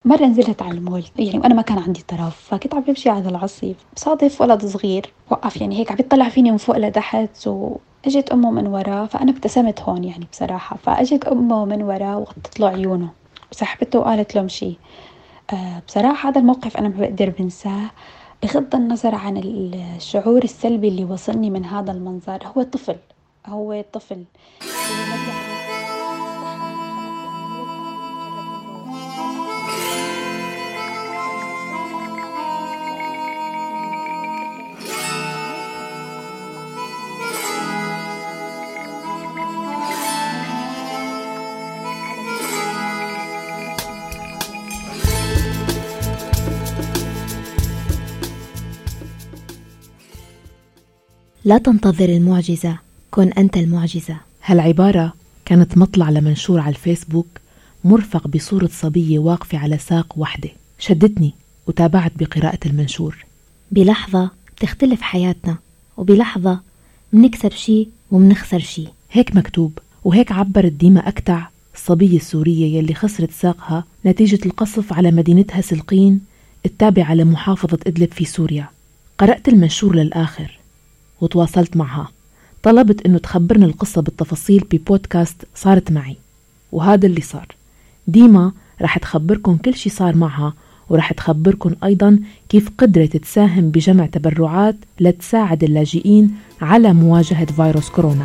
مرة نزلت على المول يعني وأنا ما كان عندي طرف، فكنت عم بمشي على الرصيف، بصادف ولد صغير وقف يعني هيك عم يطلع فيني من فوق لتحت، وإجت أمه من ورا، فأنا ابتسمت هون يعني بصراحة. فإجت أمه من ورا وغطت له عيونه وسحبته وقالت له امشي. بصراحة هذا الموقف أنا ما بقدر بنساه. بغض النظر عن الشعور السلبي اللي وصلني من هذا المنظر، هو طفل، هو طفل، هو ما بيعرف الصح من الغلط، يعني هو كان مجرد عمره 5 سنين أو 6 سنين. فالطفل ما يفهم الصح من الغلط، ما يفهم على طول بيمشي مثل حاله لا تنتظر المعجزة، كن أنت المعجزة. هالعبارة كانت مطلع لمنشور على الفيسبوك مرفق بصورة صبية واقفة على ساق وحدة. شدتني وتابعت بقراءة المنشور. بلحظة بتختلف حياتنا، وبلحظة منكسب شي ومنخسر شي. هيك مكتوب، وهيك عبرت ديما أكتع، الصبية السورية يلي خسرت ساقها نتيجة القصف على مدينتها سلقين التابعة لمحافظة إدلب في سوريا. قرأت المنشور للآخر وتواصلت معها، طلبت إنه تخبرنا القصة بالتفاصيل ببودكاست صارت معي، وهذا اللي صار. ديما رح تخبركن كل شي صار معها، ورح تخبركن أيضا كيف قدرت تساهم بجمع تبرعات لتساعد اللاجئين على مواجهة فيروس كورونا.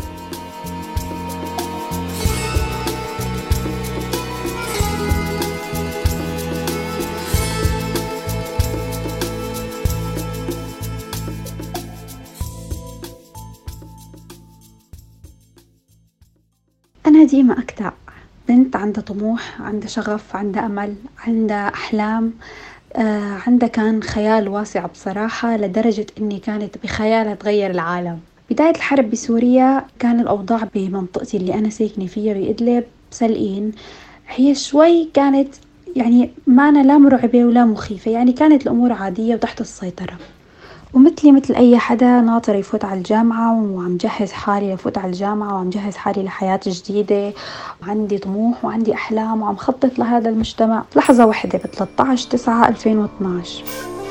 أنا ديما أكتع بنت عندها طموح، عندها شغف، عندها أمل، عندها أحلام، عندها كان خيال واسع بصراحة، لدرجة أني كانت بخيالها تغير العالم. بداية الحرب بسوريا كان الأوضاع بمنطقتي اللي أنا ساكنة فيها بإدلب سلقين، هي شوي كانت يعني معنا لا مرعبة ولا مخيفة، يعني كانت الأمور عادية وتحت السيطرة. ومثلي مثل أي حدا ناطر يفوت على الجامعة، وعم جهز حالي لفوت على الجامعة، وعم جهز حالي لحياة جديدة، وعندي طموح وعندي أحلام، وعم خطط لهذا المجتمع. لحظة واحدة ب 13/9/2012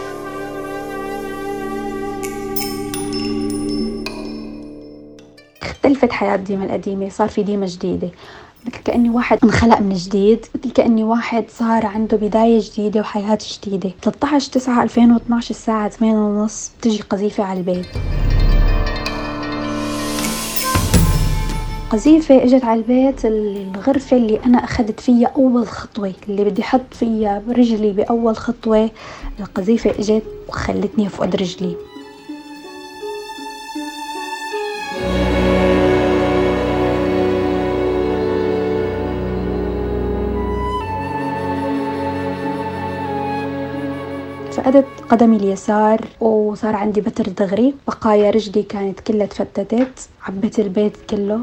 اختلفت حياة ديما القديمة، صار في ديما جديدة، مثل كأني واحد انخلق من جديد، مثل كأني واحد صار عنده بداية جديدة وحياة جديدة. 13/9/2012 الساعة 8:30 بتجي قذيفة على البيت. قذيفة اجت على البيت، الغرفة اللي أنا أخذت فيها أول خطوة، اللي بدي حط فيها رجلي بأول خطوة، القذيفة اجت وخلتني أفقد رجلي. فقدت قدمي اليسار وصار عندي بتر دغري، بقايا رجلي كانت كلها تفتتت، عبت البيت كله.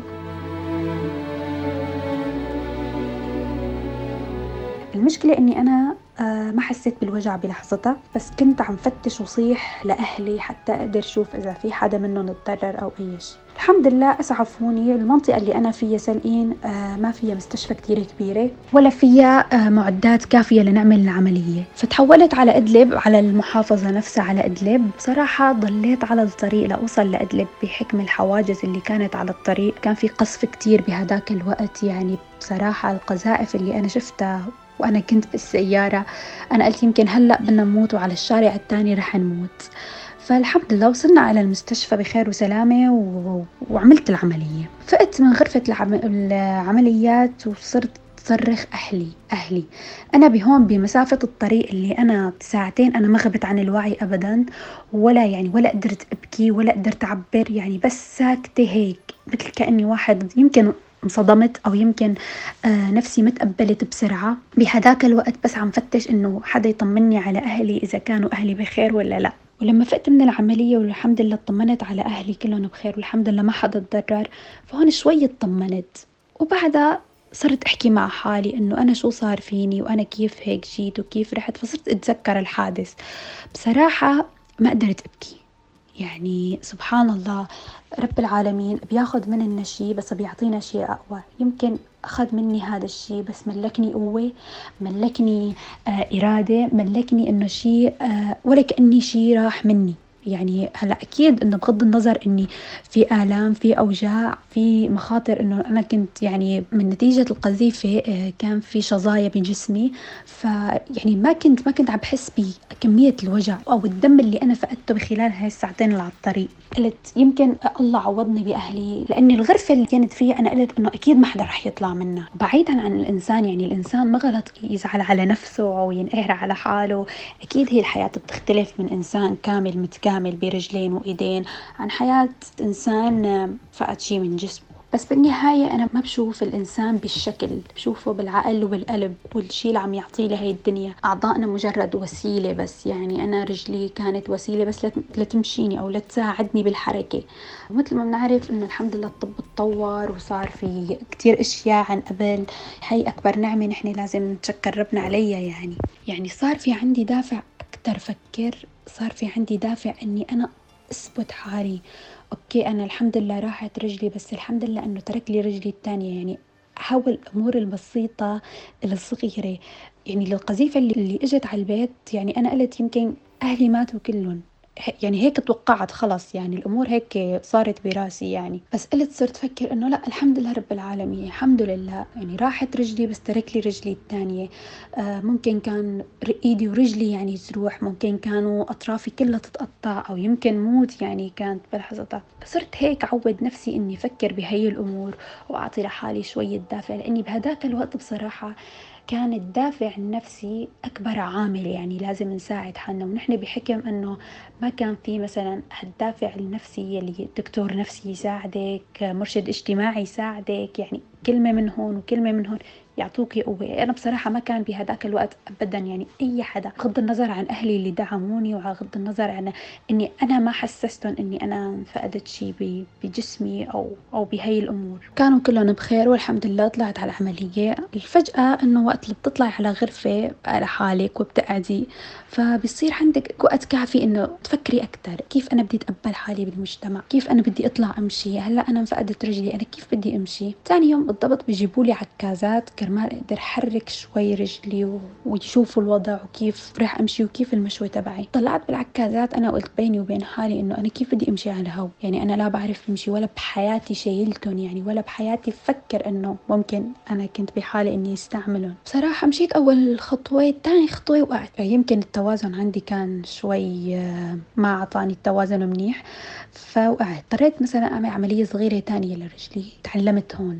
المشكلة اني انا ما حسيت بالوجع بلحظتها، بس كنت عم فتش وصيح لأهلي حتى أقدر شوف إذا في حدا منهم اتضرر أو أي شيء. الحمد لله أسعفوني. المنطقة اللي أنا فيها سلقين ما فيها مستشفى كتير كبيرة ولا فيها معدات كافية لنعمل العملية، فتحولت على إدلب، على المحافظة نفسها على إدلب. بصراحة ضليت على الطريق لأوصل لإدلب بحكم الحواجز اللي كانت على الطريق، كان في قصف كتير بهداك الوقت. يعني بصراحة القذائف اللي أنا شفتها وأنا كنت بالسيارة، أنا قلت يمكن هلأ بدنا نموت وعلى الشارع الثاني رح نموت. فالحمد لله وصلنا على المستشفى بخير وسلامة وعملت العملية. فقت من غرفة العمليات وصرت صرخ أهلي. أنا بهون بمسافة الطريق اللي أنا 2 ساعة أنا ما غبت عن الوعي أبدا، ولا قدرت أبكي ولا قدرت أعبر، يعني بس ساكتة هيك، مثل كأني واحد يمكن انصدمت أو يمكن نفسي متقبلت بسرعة بهداك الوقت، بس عم فتش إنه حدا يطمني على أهلي إذا كانوا أهلي بخير ولا لا. ولما فقت من العملية والحمد لله اطمنت على أهلي كلهم بخير والحمد لله ما حدا اتضرر، فهون شوي اطمنت. وبعدها صرت أحكي مع حالي إنه أنا شو صار فيني وأنا كيف هيك جيت وكيف رحت، فصرت أتذكر الحادث. بصراحة ما قدرت أبكي، يعني سبحان الله، رب العالمين بياخد مننا شيء بس بيعطينا شيء أقوى. يمكن أخذ مني هذا الشيء، بس ملكني قوة، ملكني إرادة، ملكني إنه شيء ولا كأني شيء راح مني. يعني هلا اكيد انه بغض النظر اني في الام، في اوجاع، في مخاطر، انه انا كنت يعني من نتيجه القذيفه كان في شظايا بجسمي، فيعني ما كنت عم بحس بكميه الوجع او الدم اللي انا فقدته بخلال هاي الساعتين اللي على الطريق. قلت يمكن الله عوضني باهلي، لاني الغرفه اللي كانت فيها انا قلت انه اكيد ما حدا رح يطلع منها. بعيدا عن الانسان، يعني الانسان ما غلط يزعل على نفسه او ينقهر على حاله، اكيد هي الحياه بتختلف من انسان كامل متكامل برجلين وايدين عن حياه انسان فقد شيء من جسمه. بس بالنهاية أنا ما بشوف الإنسان بالشكل، بشوفه بالعقل وبالقلب والشي اللي عم يعطيه لهي الدنيا. أعضائنا مجرد وسيلة بس، يعني أنا رجلي كانت وسيلة بس لتمشيني أو لتساعدني بالحركة. ومثل ما بنعرف إنه الحمد لله الطب تطور وصار في كتير أشياء عن قبل. هي أكبر نعمة نحن لازم نشكر ربنا عليها. يعني صار في عندي دافع أكتر فكر، صار في عندي دافع إني أنا أثبت حالي. أوكي أنا الحمد لله راحت رجلي، بس الحمد لله أنه ترك لي رجلي الثانية. يعني أحاول الأمور البسيطة الصغيرة. يعني القذيفة اللي إجت على البيت، يعني أنا قلت يمكن أهلي ماتوا كلهم، يعني هيك توقعت خلص، يعني الأمور هيك صارت براسي يعني. بس قلت صرت فكر إنه لا، الحمد لله رب العالمين، الحمد لله يعني راحت رجلي بس ترك لي رجلي الثانية. ممكن كان إيدي ورجلي يعني تروح، ممكن كانوا أطرافي كلها تتقطع، أو يمكن موت يعني كانت بلحظتها. صرت هيك عود نفسي إني فكر بهي الأمور وأعطي لحالي شوية دافع، لأني بهداك الوقت بصراحة كان الدافع النفسي أكبر عامل. يعني لازم نساعد حالنا، ونحن بحكم أنه ما كان في مثلا الدافع النفسي اللي دكتور نفسي يساعدك، مرشد اجتماعي يساعدك، يعني كلمة من هون وكلمة من هون يعطوكي قوة. أنا بصراحة ما كان بهداك الوقت أبدا يعني أي حدا، بغض النظر عن أهلي اللي دعموني، وغض النظر عن إني أنا ما حسستهم إني أنا فقدت شيء بجسمي أو بهاي الأمور. كانوا كلهم بخير والحمد لله. طلعت على العملية. الفجأة إنه وقت اللي بتطلعي على غرفة لحالك وبتقعدي، فبيصير عندك وقت كافي إنه تفكري أكتر، كيف أنا بدي أتقبل حالي بالمجتمع، كيف أنا بدي أطلع أمشي. هلأ أنا فقدت رجلي، أنا كيف بدي أمشي؟ ثاني يوم بالضبط بيجيبوا لي عكازات كرمال أقدر أحرك شوي رجلي ويشوفوا الوضع وكيف رح أمشي وكيف المشوي تبعي. طلعت بالعكازات أنا قلت بيني وبين حالي إنه أنا كيف بدي أمشي على الهوا؟ يعني أنا لا بعرف أمشي ولا بحياتي شايلتهم، يعني ولا بحياتي فكر إنه ممكن أنا كنت بحالة إني استعملهم. بصراحة مشيت أول خطوة، تاني خطوة وقعت. يمكن التوازن عندي كان شوي ما أعطاني التوازن منيح، فوقعت. اضطريت مثلا أعمل عملية صغيرة تانية لرجلي. تعلمت هون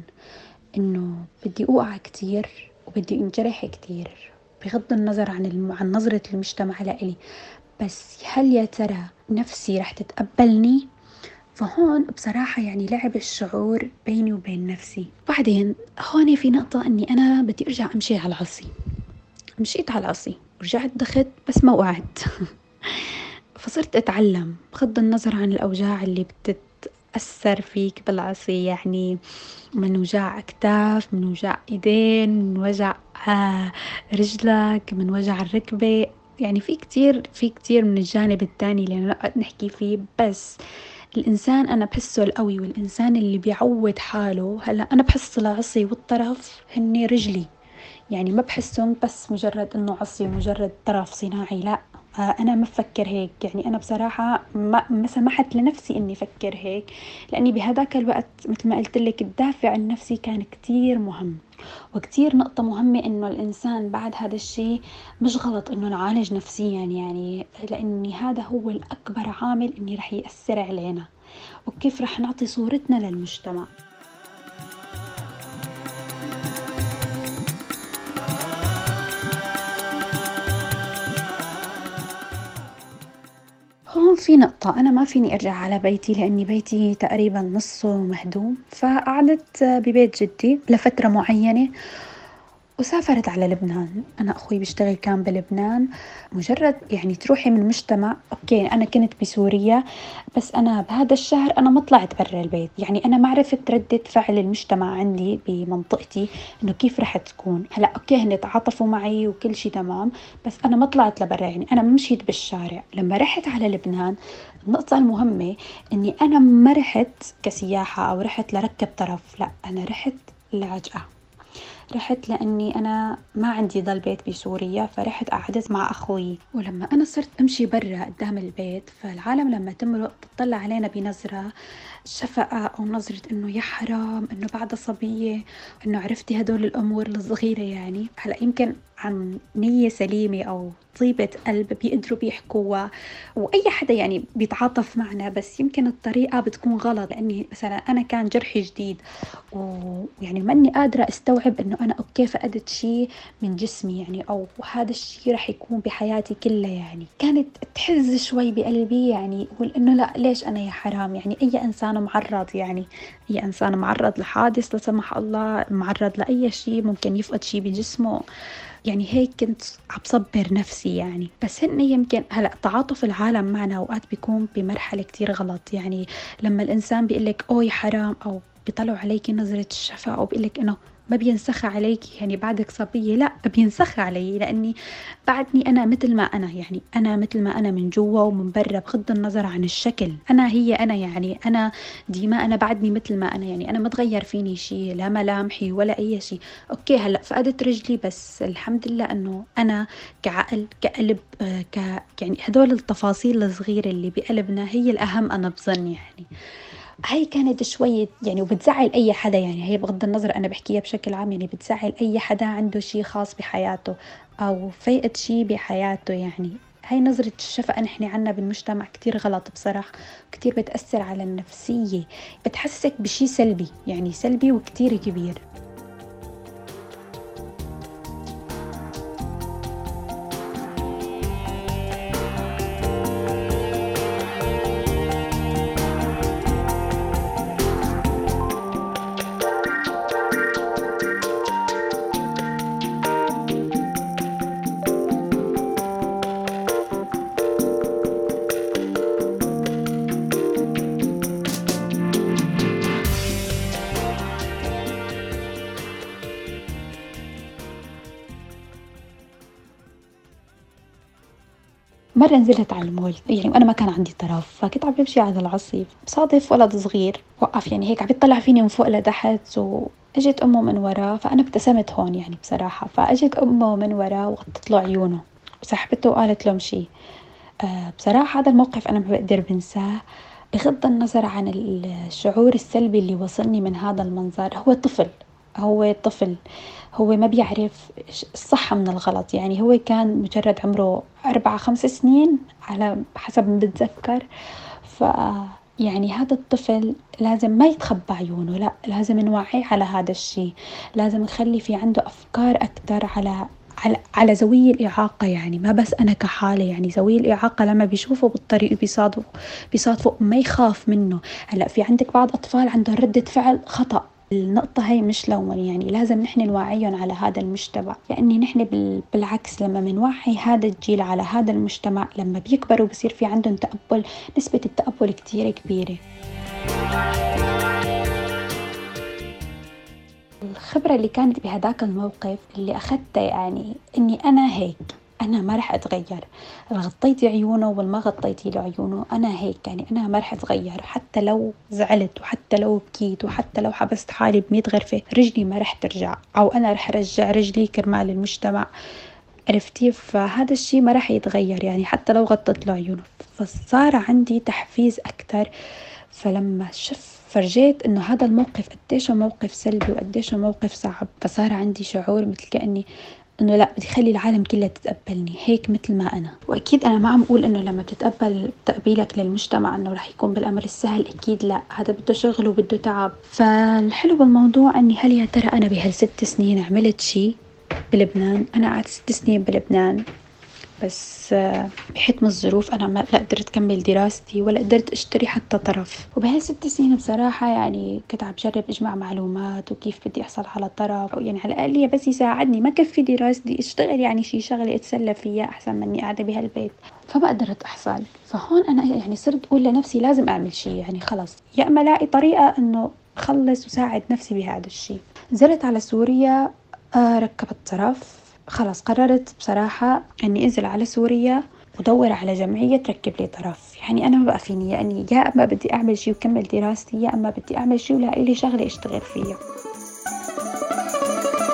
إنه بدي أوقع كتير وبدي انجرح كتير، بغض النظر عن نظرة المجتمع لإلي. بس هل يا ترى نفسي رح تتقبلني؟ فهون بصراحة يعني لعب الشعور بيني وبين نفسي. بعدين هون في نقطة أني أنا بدي أرجع أمشي على العصي. مشيت على العصي ورجعت دخت بس ما وقعت. فصرت أتعلم بغض النظر عن الأوجاع اللي بتتأثر فيك بالعصي، يعني من وجع أكتاف، من وجع إيدين، من وجع رجلك، من وجع الركبة. يعني في كتير من الجانب التاني اللي نقعد نحكي فيه. بس الإنسان أنا بحسه القوي والإنسان اللي بيعود حاله. هلأ أنا بحس العصي والطرف هني رجلي، يعني ما بحسهم بس مجرد إنه عصي مجرد طرف صناعي، لا. أنا ما بفكر هيك. يعني أنا بصراحة ما سمحت لنفسي إني أفكر هيك، لأني بهذاك الوقت مثل ما قلت لك الدافع النفسي كان كتير مهم. وكتير نقطة مهمة إنه الإنسان بعد هذا الشيء مش غلط إنه نعالج نفسيا، يعني لأني هذا هو الأكبر عامل إني رح يأثر علينا وكيف رح نعطي صورتنا للمجتمع. هون في نقطة أنا ما فيني أرجع على بيتي، لأني بيتي تقريبا نصه مهدوم. فقعدت ببيت جدي لفترة معينة وسافرت على لبنان. أنا أخوي بيشتغل كان بلبنان. مجرد يعني تروحي من مجتمع، أوكي أنا كنت بسوريا، بس أنا بهذا الشهر أنا ما طلعت برا البيت. يعني أنا ما عرفت ردة فعل المجتمع عندي بمنطقتي إنه كيف رح تكون. هلأ أوكي هن تعاطفوا معي وكل شيء تمام، بس أنا ما طلعت لبرا. يعني أنا مشيت بالشارع. لما رحت على لبنان النقطة المهمة إني أنا ما رحت كسياحة أو رحت لركب طرف، لا أنا رحت لعجقة. رحت لأني أنا ما عندي ضل بيت بسوريا، فرحت قعدت مع أخوي. ولما أنا صرت أمشي برا قدام البيت، فالعالم لما تمرق تطلع علينا بنظرة شفقة أو نظرة إنه يا حرام إنه بعد صبية، إنه عرفتي هدول الأمور الصغيرة. يعني هلأ يمكن عن نية سليمة أو طيبة قلب بيقدروا بيحكوا، وأي حدا يعني بيتعاطف معنا، بس يمكن الطريقة بتكون غلط. لأني مثلا أنا كان جرحي جديد، ويعني ماني قادرة استوعب انه انا اوكي فقدت شيء من جسمي يعني، او هذا الشيء رح يكون بحياتي كلها. يعني كانت تحز شوي بقلبي، يعني اقول انه لا ليش انا يا حرام، يعني اي انسان معرض، يعني اي انسان معرض لحادث لا سمح الله، معرض لاي شيء ممكن يفقد شيء بجسمه. يعني هيك كنت عم بصبر نفسي يعني. بس هن يمكن هلا تعاطف العالم معنا اوقات بيكون بمرحلة كتير غلط. يعني لما الانسان بيقلك اوه يا حرام، او بيطلعوا عليكي نظرة الشفاء، أو بيقلك إنه ما بينسخ عليكي يعني بعدك صبية، لا بينسخ علي، لأني بعدني أنا مثل ما أنا. يعني أنا مثل ما أنا من جوا ومن برا، بغض النظر عن الشكل. أنا هي أنا، يعني أنا ديما أنا بعدني مثل ما أنا. يعني أنا ما تغير فيني شيء، لا ملامحي ولا أي شيء. أوكي هلأ فقدت رجلي، بس الحمد لله إنه أنا كعقل كقلب يعني هدول التفاصيل الصغيرة اللي بقلبنا هي الأهم أنا بظن. يعني هاي كانت شوية يعني، وبتزعل أي حدا. يعني هي بغض النظر أنا بحكيها بشكل عام، يعني بتزعل أي حدا عنده شيء خاص بحياته أو فاقد شيء بحياته. يعني هاي نظرة الشفقة نحن عنا بالمجتمع كتير غلط بصراحة، كتير بتأثر على النفسية، بتحسسك بشيء سلبي، يعني سلبي وكتير كبير. مرة نزلت على المول، يعني وأنا ما كان عندي طرف، فكنت عم بمشي على العصيف، بصادف ولد صغير وقف يعني هيك عم بيطلع فيني من فوق لتحت، وأجت أمه من ورا، فأنا ابتسمت هون يعني بصراحة. فأجت أمه من ورا وغطت له عيونه وسحبته وقالت له امشي. بصراحة هذا الموقف أنا ما بقدر بنساه، بغض النظر عن الشعور السلبي اللي وصلني من هذا المنظر. هو طفل، هو ما بيعرف الصح من الغلط. يعني هو كان مجرد عمره 4 5 سنين على حسب ما بتذكر. ف يعني هذا الطفل لازم ما يتخبى عيونه، لا لازم نوعيه على هذا الشيء، لازم نخلي في عنده أفكار أكتر على ذوي الإعاقة. يعني ما بس أنا كحالة، يعني ذوي الإعاقة لما بيشوفوا بالطريق بيصادفوا ما يخاف منه. هلأ في عندك بعض أطفال عندهم ردة فعل خطأ، النقطة هي مش لومن. يعني لازم نحن نوعيهم على هذا المجتمع، لأني نحن بالعكس لما منوعي هذا الجيل على هذا المجتمع، لما بيكبروا بصير في عندهم تقبل، نسبة التقبل كتير كبيرة. الخبرة اللي كانت بهداك الموقف اللي أخذتها، يعني إني أنا هيك، أنا ما رح أتغير. غطيتي عيونه وما غطيتي له عيونه، أنا هيك. يعني أنا ما رح أتغير، حتى لو زعلت وحتى لو بكيت وحتى لو حبست حالي ب100 غرفة، رجلي ما رح ترجع، أو أنا رح أرجع رجلي كرمال المجتمع. عرفتي؟ فهذا الشيء ما رح يتغير يعني حتى لو غطت له عيونه. فصار عندي تحفيز أكتر. فلما فرجيت انه هذا الموقف قديش موقف سلبي وقديش موقف صعب، فصار عندي شعور مثل كأني انه لا بدي اخلي العالم كلها تتقبلني هيك مثل ما انا. واكيد انا ما عم اقول انه لما بتتقبل تقبيلك للمجتمع انه رح يكون بالامر السهل، اكيد لا، هذا بده شغل وبده تعب. فالحلو بالموضوع اني هل يا ترى انا بهال6 سنين عملت شيء بلبنان؟ انا قعدت 6 سنين بلبنان، بس بحكم الظروف أنا لا قدرت أكمل دراستي ولا قدرت أشتري حتى طرف. وبهال6 سنين بصراحة يعني كنت عم بجرب أجمع معلومات وكيف بدي أحصل على طرف، يعني على الأقل بس يساعدني ما كفي دراستي، أشتغل يعني شي شغلة أتسلى فيها أحسن مني قاعدة بهالبيت. فما قدرت أحصل. فهون أنا يعني صرت أقول لنفسي لازم أعمل شي، يعني خلص يا أما لاقي طريقة أنه خلص وساعد نفسي بهذا الشي. نزلت على سوريا، ركبت طرف. خلاص قررت بصراحة أني أنزل على سوريا ودور على جمعية تركب لي طرف. يعني أنا ما بقى فيني، يعني يا أما بدي أعمل شيء وكمل دراستي، يا أما بدي أعمل شيء ولاقي لي شغلة أشتغل فيها.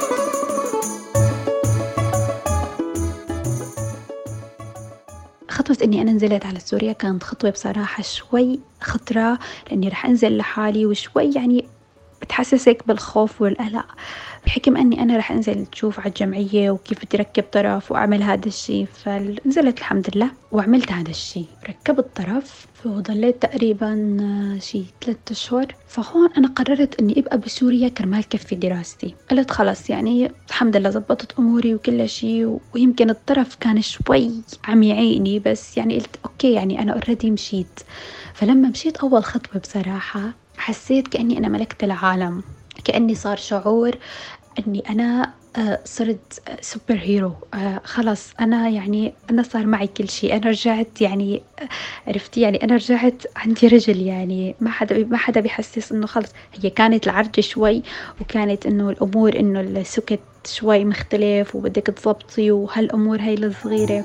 خطوة إني أنا نزلت على سوريا كانت خطوة بصراحة شوي خطرة، لأني رح أنزل لحالي وشوي يعني بتحسسك بالخوف والقلق، بحكم أني أنا رح أنزل تشوف على الجمعية وكيف بدي ركب طرف وأعمل هذا الشيء. فنزلت الحمد لله وعملت هذا الشيء، ركبت طرف وظليت تقريبا شي 3 أشهر. فهون أنا قررت أني أبقى بسوريا كرمال كفي دراستي. قلت خلص يعني الحمد لله زبطت أموري وكل شيء، ويمكن الطرف كان شوي عم يعيقني، بس يعني قلت أوكي يعني أنا أوريدي مشيت. فلما مشيت أول خطوة بصراحة حسيت كأني أنا ملكت العالم، كأني صار شعور أني أنا صرت سوبر هيرو. خلاص أنا يعني أنا صار معي كل شيء، أنا رجعت يعني عرفتي يعني أنا رجعت عندي رجل، يعني ما حدا بيحسس إنه خلص. هي كانت العرجة شوي، وكانت إنه الأمور إنه السكت شوي مختلف وبدك تضبطي وهالأمور هاي الصغيرة.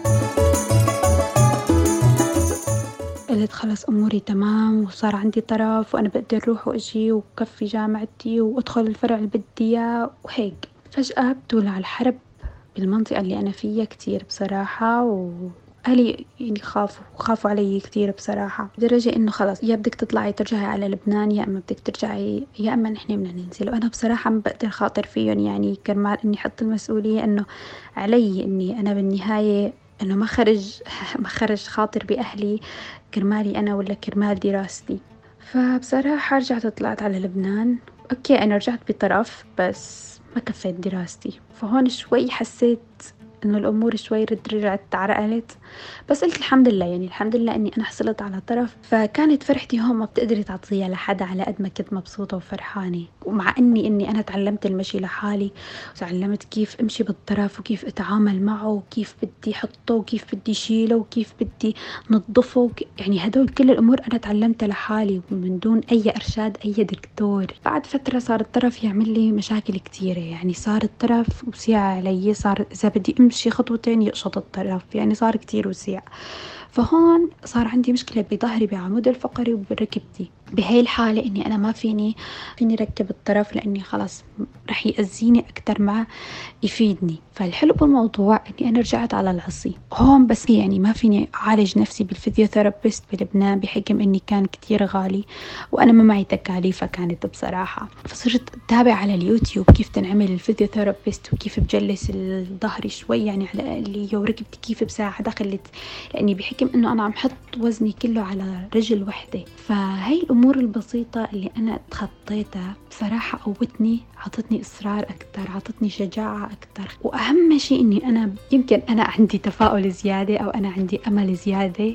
قلت خلص أموري تمام وصار عندي طرف وأنا بقدر أروح وأجي وكفي جامعتي وأدخل الفرع اللي بدي إياه وهيك. فجأة بتولع الحرب بالمنطقة اللي أنا فيها كتير بصراحة، وأهلي يعني خافوا علي كتير بصراحة، لدرجة إنه خلاص يا بدك تطلعي ترجعي على لبنان يا أما بدك ترجعي يا أما نحن بدنا ننزل. وأنا بصراحة ما بقدر خاطر فيهم، يعني كرمال إني حط المسؤولية إنه علي، إني أنا بالنهاية إنه ما خرج خاطر بأهلي كرمالي أنا ولا كرمال دراستي. فبصراحة رجعت طلعت على لبنان. أوكي أنا رجعت بطرف بس ما كفيت دراستي، فهون شوي حسيت إنه الأمور شوي رجعت تعرقلت. بس قلت الحمد لله، يعني الحمد لله إني أنا حصلت على طرف. فكانت فرحتي هون ما بتقدري تعطيها لحدا على قد ما كنت مبسوطة وفرحانة. ومع إني أنا تعلمت المشي لحالي، وتعلمت كيف أمشي بالطرف وكيف أتعامل معه وكيف بدي حطه وكيف بدي شيله وكيف بدي نظفه يعني هدول كل الأمور أنا تعلمتها لحالي من دون أي إرشاد أي دكتور. بعد فترة صار الطرف يعمل لي مشاكل كتيرة، يعني صار الطرف وسيع علي، صار إذا بدي أمشي خطوتين يقشط الطرف، يعني صار كتير وسيع. فهون صار عندي مشكلة بظهري بعمود الفقري وبركبتي. بهاي الحالة إني أنا ما فيني ركب الطرف، لأني خلاص رح يأذيني أكتر ما يفيدني. فالحلو بالموضوع إني أنا رجعت على العصي هون، بس يعني ما فيني أعالج نفسي بالفيزيوثيرابيست بلبنان بحكم إني كان كتير غالي وأنا ما معي تكاليفة كانت بصراحة. فصرت أتابع على اليوتيوب كيف تنعمل الفيزيوثيرابيست وكيف بجلس الظهر شوي يعني على اللي وركبتي كيف بساعدها. لأني بحكم إنه أنا عم حط وزني كله على رجل وحدة. فهاي الأمور البسيطة اللي أنا تخطيتها بصراحة قوتني، عطتني إصرار أكتر، عطتني شجاعة أكتر. وأهم شيء إني أنا يمكن أنا عندي تفاؤل زيادة أو أنا عندي أمل زيادة.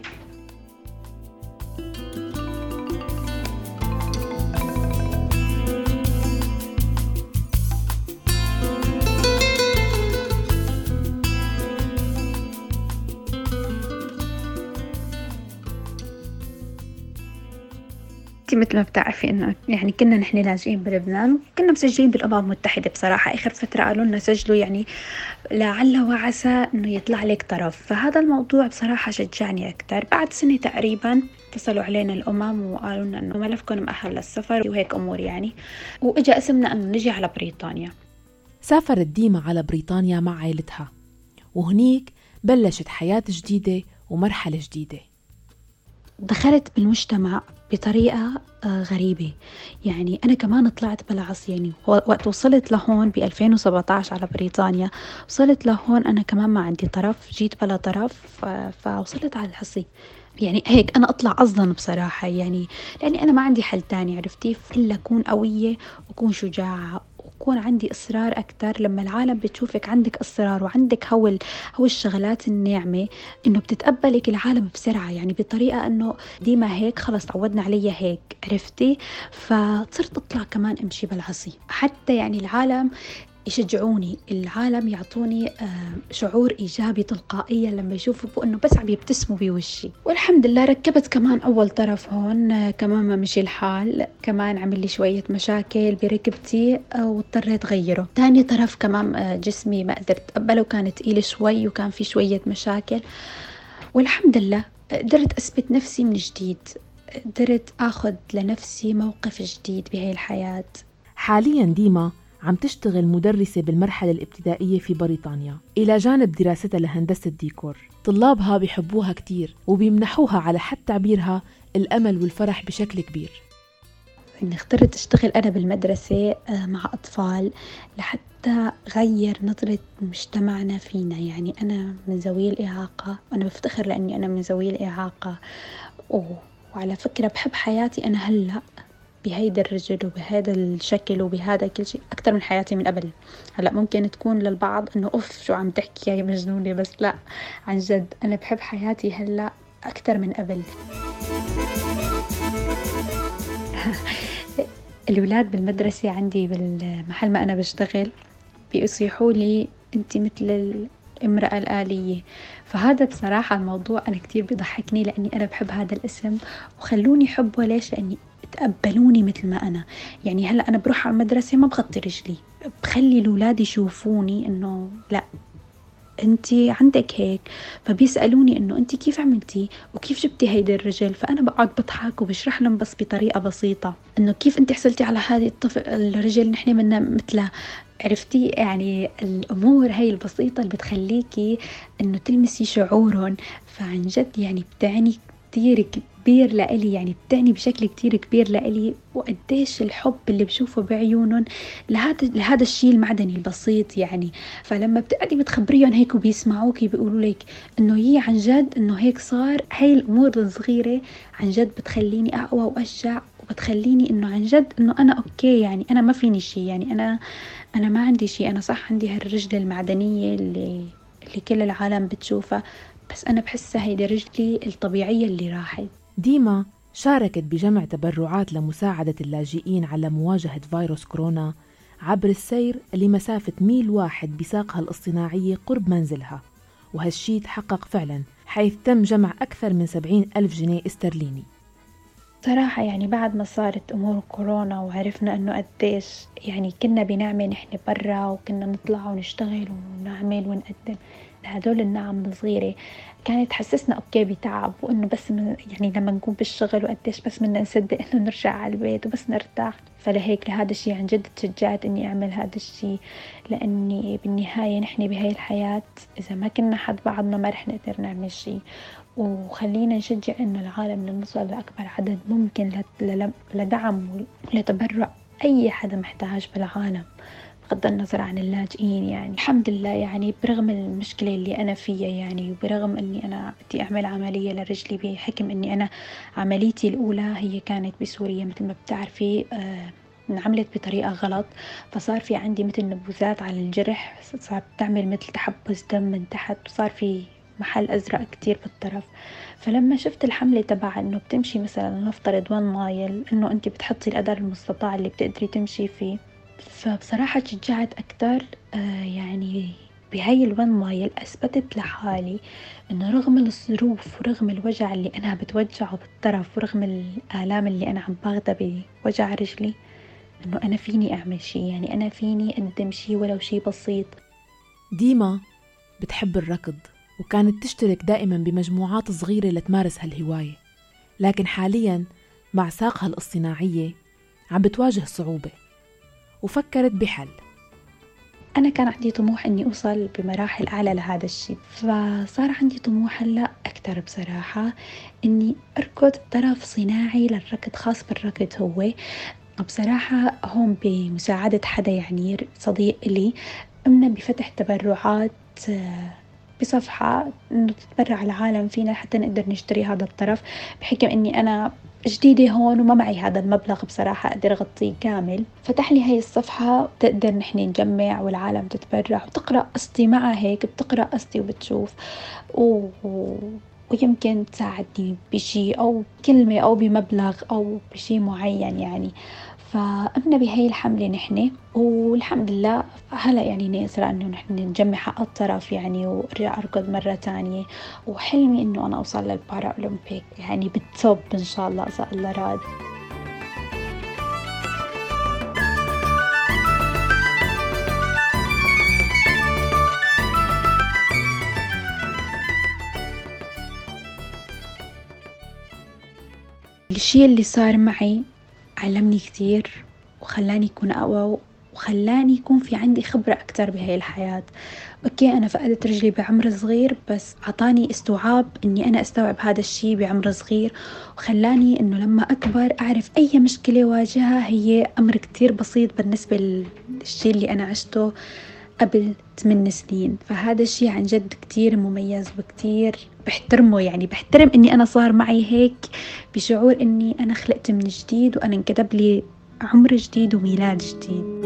مثل ما بتعرفي إنه يعني كنا نحن لاجئين بلبنان وكنا مسجلين بالأمم المتحدة. بصراحة آخر فترة قالوا لنا سجلوا يعني لعل وعسى إنه يطلع لك طرف. فهذا الموضوع بصراحة شجعني أكتر. بعد سنة تقريبا اتصلوا علينا الأمم وقالوا لنا إنه ملفكم مؤهل للسفر وهيك أمور يعني، وإجا اسمنا إنه نجي على بريطانيا. سافرت ديما على بريطانيا مع عائلتها، وهنيك بلشت حياة جديدة ومرحلة جديدة. دخلت بالمجتمع بطريقة غريبة، يعني أنا كمان طلعت بالعص. يعني وقت وصلت لهون ب2017 على بريطانيا، وصلت لهون أنا كمان ما عندي طرف، جيت بلا طرف. فوصلت على العصي يعني هيك أنا أطلع أصلا بصراحة، يعني لأني أنا ما عندي حل تاني عرفتي إلا أكون قوية وأكون شجاعة وأكون عندي إصرار أكتر. لما العالم بتشوفك عندك إصرار وعندك هو الشغلات الناعمة، إنه بتتقبلك العالم بسرعة، يعني بطريقة إنه ديما هيك خلص تعودنا عليها هيك عرفتي. فصرت أطلع كمان أمشي بالعصي حتى يعني العالم يشجعوني، العالم يعطوني شعور إيجابي تلقائيا لما يشوفوا إنه بس عم يبتسموا بوشي. والحمد لله ركبت كمان أول طرف هون، كمان ما مشي الحال، كمان عمل لي شوية مشاكل بركبتي واضطريت غيره. تاني طرف كمان جسمي ما قدرت أقبله، كان تقيل شوي وكان في شوية مشاكل. والحمد لله قدرت أثبت نفسي من جديد، قدرت أخذ لنفسي موقف جديد بهاي الحياة. حاليا ديما عم تشتغل مدرسة بالمرحلة الابتدائية في بريطانيا إلى جانب دراستها لهندسة الديكور. طلابها بيحبوها كتير وبيمنحوها على حد تعبيرها الأمل والفرح بشكل كبير. إني اخترت أشتغل أنا بالمدرسة مع أطفال لحتى غير نظرة مجتمعنا فينا. يعني أنا من ذوي الإعاقة وأنا بفتخر لأني أنا من ذوي الإعاقة، وعلى فكرة بحب حياتي أنا هلأ بهيدا الرجل وبهذا الشكل وبهذا كل شيء أكتر من حياتي من قبل. هلأ ممكن تكون للبعض إنه أوف شو عم تحكي هي مجنونة، بس لا، عن جد أنا بحب حياتي هلأ أكتر من قبل. الولاد بالمدرسة عندي بالمحل ما أنا بشتغل بيصيحوا لي أنت مثل الامرأة الآلية، فهذا بصراحة الموضوع أنا كتير بيضحكني لأني أنا بحب هذا الاسم وخلوني حبه. ليش؟ لأني تقبلوني مثل ما أنا. يعني هلأ أنا بروح على المدرسة ما بغطي رجلي، بخلي الولاد يشوفوني إنه لا أنتي عندك هيك، فبيسألوني إنه أنتي كيف عملتي وكيف جبتي هيدا الرجل، فأنا بقعد بضحك وبشرح لهم بس بطريقة بسيطة إنه كيف أنتي حصلتي على هذه الرجل نحن منا مثله. عرفتي؟ يعني الأمور هاي البسيطة اللي بتخليكي إنه تلمسي شعورهم. فعن جد يعني بتعني كتير كبير لإلي، يعني بتعني بشكل كتير كبير لإلي، وقديش الحب اللي بشوفه بعيونهم لهذا الشيء المعدني البسيط. يعني فلما بتقعدي بتخبريهم هيك وبيسمعوكي بيقولوا لك إنه هي عن جد إنه هيك صار، هاي الأمور الصغيرة عن جد بتخليني أقوى وأشجع، وبتخليني إنه عن جد إنه أنا أوكي. يعني أنا ما فيني شيء، يعني أنا ما عندي شيء، أنا صح عندي هالرجل المعدنية اللي كل العالم بتشوفها، بس أنا بحسها هيدي رجلي الطبيعية اللي راحت. ديما شاركت بجمع تبرعات لمساعدة اللاجئين على مواجهة فيروس كورونا عبر السير لمسافة 100 واحد بساقها الاصطناعية قرب منزلها، وهالشي تحقق فعلا حيث تم جمع أكثر من 70,000 جنيه استرليني. صراحة يعني بعد ما صارت أمور كورونا وعرفنا أنه قديش يعني كنا بنعمل نحن برا، وكنا نطلع ونشتغل ونعمل ونقدم لهدول النعم الصغيرة، كانت تحسسنا أوكي بتعب، وإنه بس يعني لما نكون بالشغل وقديش بس بدنا نصدق إنه نرجع على البيت وبس نرتاح. فلهيك لهذا الشيء عن جد تشجعت إني أعمل هذا الشيء، لأني بالنهاية نحن بهاي الحياة إذا ما كنا حد بعضنا ما رح نقدر نعمل شيء. وخلينا نشجع إنه العالم نوصل لأكبر عدد ممكن لدعم ولتبرع أي حدا محتاج بالعالم بغض النظر عن اللاجئين. يعني الحمد لله، يعني برغم المشكلة اللي أنا فيها، يعني وبرغم أني أنا بدي أعمل عملية لرجلي، بحكم أني أنا عمليتي الأولى هي كانت بسوريا مثل ما بتعرفي، انعملت بطريقة غلط، فصار في عندي مثل نبوذات على الجرح، صار بتعمل مثل تحبس دم من تحت، وصار في محل أزرق كتير بالطرف. فلما شفت الحملة تبع إنه بتمشي مثلا نفترض 1 مايل، إنه أنت بتحطي القدر المستطاع اللي بتقدري تمشي فيه، فبصراحة تشجعت أكتر. يعني بهاي ال1 مايل أثبتت لحالي إنه رغم الظروف ورغم الوجع اللي أنا بتوجعه بالطرف ورغم الآلام اللي أنا عم باخدها بوجع رجلي، إنه أنا فيني أعمل شيء، يعني أنا فيني أقدم شيء ولو شيء بسيط. ديما بتحب الركض، وكانت تشترك دائما بمجموعات صغيرة لتمارس هالهواية، لكن حاليا مع ساقها الاصطناعية عم بتواجه صعوبة، وفكرت بحل. أنا كان عندي طموح إني أوصل بمراحل أعلى لهذا الشيء، فصار عندي طموح هلأ أكتر بصراحة إني أركض طرف صناعي للركض، خاص بالركض. هو بصراحة هون بمساعدة حدا يعني صديق لي، قمنا بفتح تبرعات بصفحة إنه تتبرع العالم فينا حتى نقدر نشتري هذا الطرف، بحكم إني أنا جديدة هون وما معي هذا المبلغ بصراحة أقدر أغطيه كامل. فتح لي هاي الصفحة تقدر نحن نجمع والعالم تتبرع وتقرأ قصتي معها، هيك بتقرأ قصتي وبتشوف ويمكن تساعدني بشي أو كلمة أو بمبلغ أو بشي معين يعني. فقمنا بهاي الحملة نحن، والحمد لله هلا يعني ناصرة إنه نحن نجمع حق الطرف يعني، وأرجع أركض مرة تانية، وحلمي إنه أنا أوصل للبارا أولمبيك يعني بالتوب إن شاء الله إذا الله راد. الشيء اللي صار معي علمني كثير وخلاني أكون أقوى وخلاني يكون في عندي خبرة أكتر بهاي الحياة. أوكي أنا فقدت رجلي بعمر صغير، بس عطاني استوعاب إني أنا أستوعب هذا الشي بعمر صغير، وخلاني إنه لما أكبر أعرف أي مشكلة واجهها هي أمر كتير بسيط بالنسبة للشي اللي أنا عشته قبل 8 سنين. فهذا الشي عن جد كتير مميز وكتير بحترمه، يعني بحترم إني أنا صار معي هيك، بشعور إني أنا خلقت من جديد وأنا انكتب لي عمر جديد وميلاد جديد.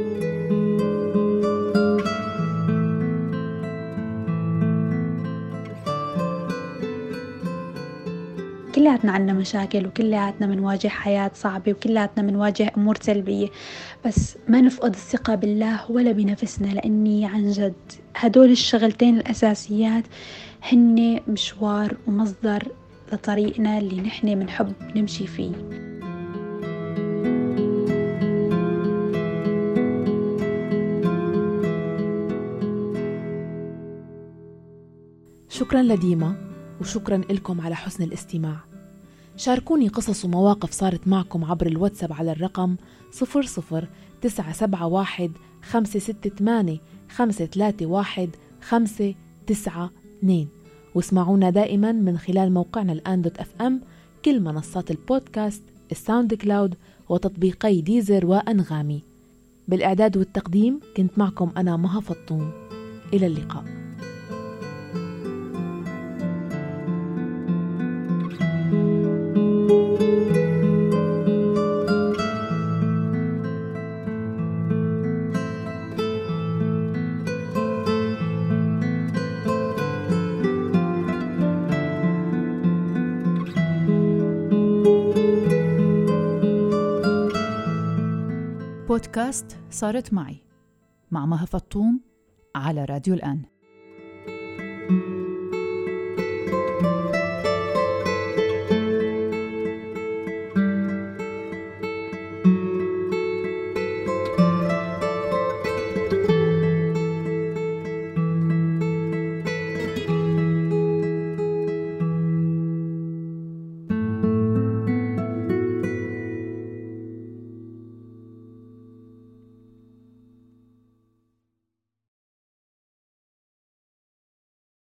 كلياتنا عنا مشاكل، وكلياتنا منواجه حياة صعبة، وكلياتنا منواجه أمور سلبية، بس ما نفقد الثقة بالله ولا بنفسنا، لأني عن جد هدول الشغلتين الأساسيات هن مشوار ومصدر لطريقنا اللي نحن منحب نمشي فيه. شكرا لديما، وشكرا لكم على حسن الاستماع. شاركوني قصص ومواقف صارت معكم عبر الواتساب على الرقم 00971 568 531 592، واسمعونا دائما من خلال موقعنا الآن.fm، كل منصات البودكاست، الساوند كلاود، وتطبيقي ديزر وأنغامي. بالإعداد والتقديم كنت معكم أنا مها فطوم. إلى اللقاء. بودكاست صارت معي مع مها فطوم على راديو الآن.